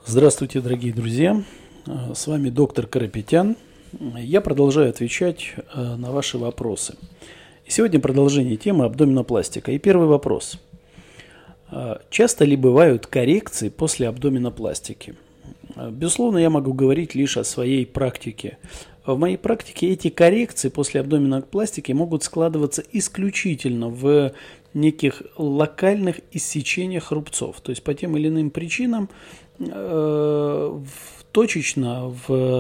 Здравствуйте, дорогие друзья! С вами доктор Карапетян. Я продолжаю отвечать на ваши вопросы. И сегодня продолжение темы абдоминопластика. И первый вопрос. Часто ли бывают коррекции после абдоминопластики? Безусловно, я могу говорить лишь о своей практике. В моей практике эти коррекции после абдоминопластики могут складываться исключительно в неких локальных иссечениях рубцов. То есть по тем или иным причинам точечно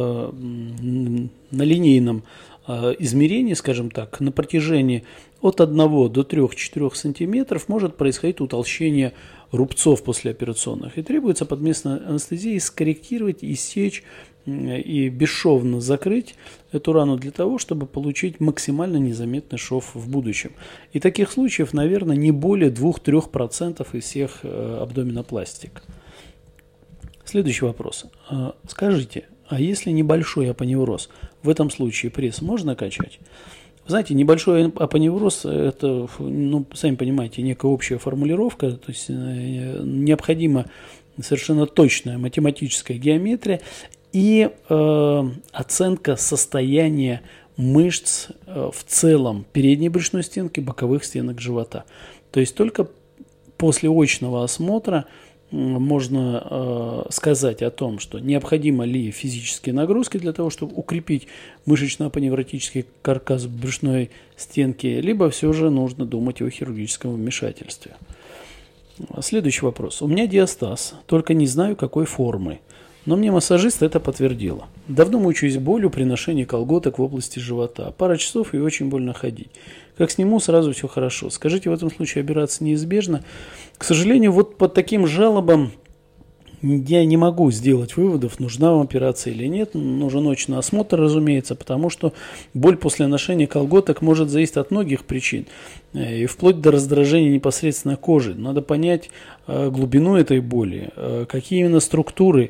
на линейном измерении, скажем так, на протяжении от 1 до 3-4 сантиметров может происходить утолщение рубцов послеоперационных. И требуется под местной анестезией скорректировать, иссечь и бесшовно закрыть эту рану для того, чтобы получить максимально незаметный шов в будущем. И таких случаев, наверное, не более 2-3% из всех абдоминопластик. Следующий вопрос. Скажите, а если небольшой апоневроз, в этом случае пресс можно качать? Вы знаете, небольшой апоневроз – это, сами понимаете, некая общая формулировка, то есть необходима совершенно точная математическая геометрия и оценка состояния мышц в целом передней брюшной стенки, боковых стенок живота. То есть только после очного осмотра можно сказать о том, что необходимы ли физические нагрузки для того, чтобы укрепить мышечно-апоневротический каркас брюшной стенки, либо все же нужно думать о хирургическом вмешательстве. Следующий вопрос. У меня диастаз, только не знаю какой формы, но мне массажист это подтвердила. Давно мучаюсь болью при ношении колготок в области живота. Пара часов и очень больно ходить. Как сниму, сразу все хорошо. Скажите, в этом случае операция неизбежна? К сожалению, вот по таким жалобам я не могу сделать выводов, нужна вам операция или нет. Нужен очный осмотр, разумеется, потому что боль после ношения колготок может зависеть от многих причин. И вплоть до раздражения непосредственно кожи. Надо понять глубину этой боли, какие именно структуры,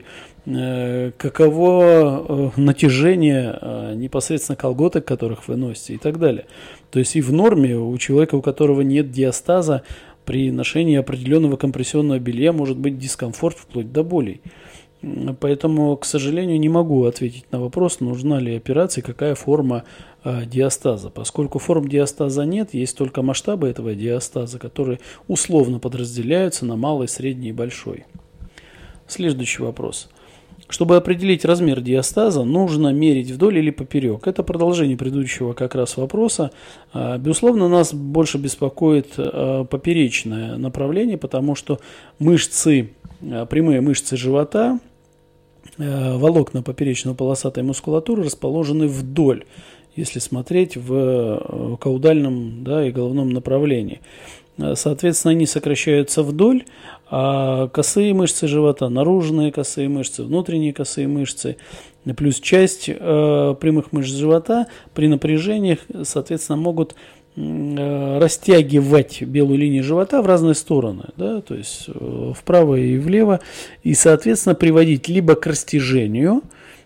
каково натяжение непосредственно колготок, которых вы носите и так далее. То есть и в норме у человека, у которого нет диастаза, при ношении определенного компрессионного белья может быть дискомфорт вплоть до болей. Поэтому, к сожалению, не могу ответить на вопрос, нужна ли операция, какая форма диастаза. Поскольку форм диастаза нет, есть только масштабы этого диастаза, которые условно подразделяются на малый, средний и большой. Следующий вопрос. Чтобы определить размер диастаза, нужно мерить вдоль или поперек. Это продолжение предыдущего как раз вопроса. Безусловно, нас больше беспокоит поперечное направление, потому что мышцы, прямые мышцы живота, волокна поперечно-полосатой мускулатуры расположены вдоль, если смотреть в каудальном, и головном направлении. Соответственно, они сокращаются вдоль, а косые мышцы живота, наружные косые мышцы, внутренние косые мышцы, плюс часть прямых мышц живота при напряжениях, соответственно, могут растягивать белую линию живота в разные стороны, то есть вправо и влево, и, соответственно, приводить либо к растяжению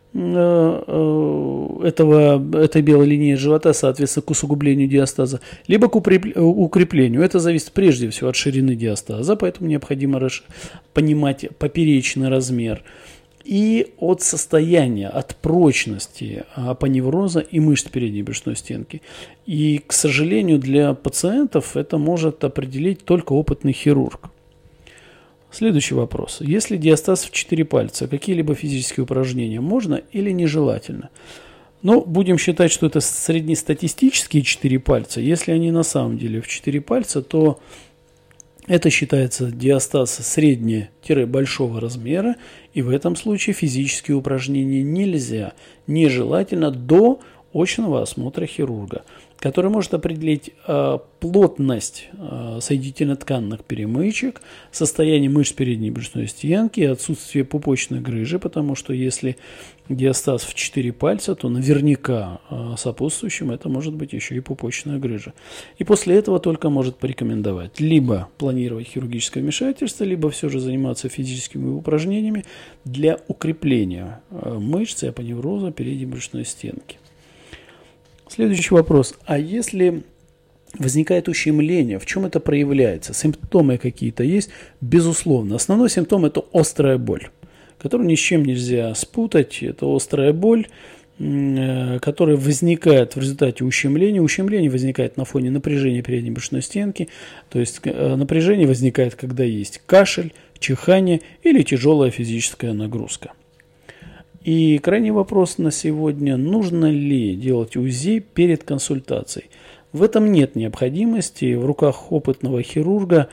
этой белой линии живота, соответственно, к усугублению диастаза, либо к укреплению. Это зависит прежде всего от ширины диастаза, поэтому необходимо понимать поперечный размер и от состояния, от прочности апоневроза и мышц передней брюшной стенки. И, к сожалению, для пациентов это может определить только опытный хирург. Следующий вопрос. Если диастаз в 4 пальца, какие-либо физические упражнения можно или нежелательно? Будем считать, что это среднестатистические 4 пальца. Если они на самом деле в 4 пальца, то это считается диастаз средне-большого размера, и в этом случае физические упражнения нельзя, нежелательно до очного осмотра хирурга, который может определить плотность соединительно-тканных перемычек, состояние мышц передней брюшной стенки и отсутствие пупочной грыжи, потому что если диастаз в 4 пальца, то наверняка сопутствующим это может быть еще и пупочная грыжа. И после этого только может порекомендовать либо планировать хирургическое вмешательство, либо все же заниматься физическими упражнениями для укрепления мышц и апоневроза передней брюшной стенки. Следующий вопрос. А если возникает ущемление, в чем это проявляется? Симптомы какие-то есть? Безусловно. Основной симптом – это острая боль. которую ни с чем нельзя спутать. Это острая боль, которая возникает в результате ущемления. Ущемление возникает на фоне напряжения передней брюшной стенки. То есть напряжение возникает, когда есть кашель, чихание или тяжелая физическая нагрузка. И крайний вопрос на сегодня: нужно ли делать УЗИ перед консультацией? В этом нет необходимости. В руках опытного хирурга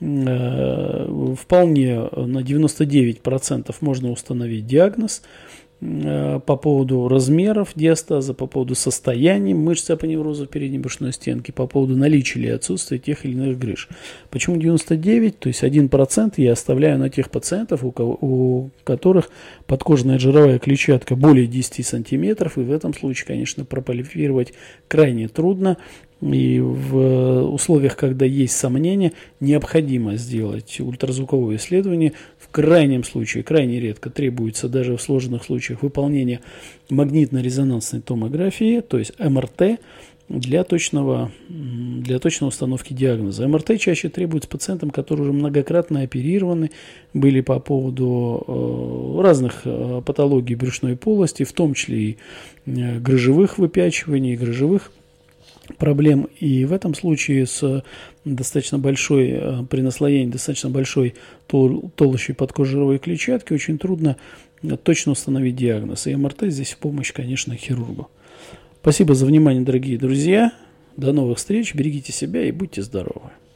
вполне на 99% можно установить диагноз по поводу размеров диастаза, по поводу состояния мышц апоневроза передней брюшной стенки, по поводу наличия или отсутствия тех или иных грыж. Почему 99? То есть 1% я оставляю на тех пациентов, у которых подкожная жировая клетчатка более 10 сантиметров, и в этом случае, конечно, прополифировать крайне трудно. И в условиях, когда есть сомнения, необходимо сделать ультразвуковое исследование. В крайнем случае, крайне редко требуется даже в сложных случаях выполнение магнитно-резонансной томографии, то есть МРТ, для точной установки диагноза. МРТ чаще требуется пациентам, которые уже многократно оперированы, были по поводу разных патологий брюшной полости, в том числе и грыжевых выпячиваний, грыжевых проблем. И в этом случае с достаточно большой, при наслоении достаточно большой толщей подкожировой клетчатки очень трудно точно установить диагноз. И МРТ здесь в помощь, конечно, хирургу. Спасибо за внимание, дорогие друзья. До новых встреч. Берегите себя и будьте здоровы.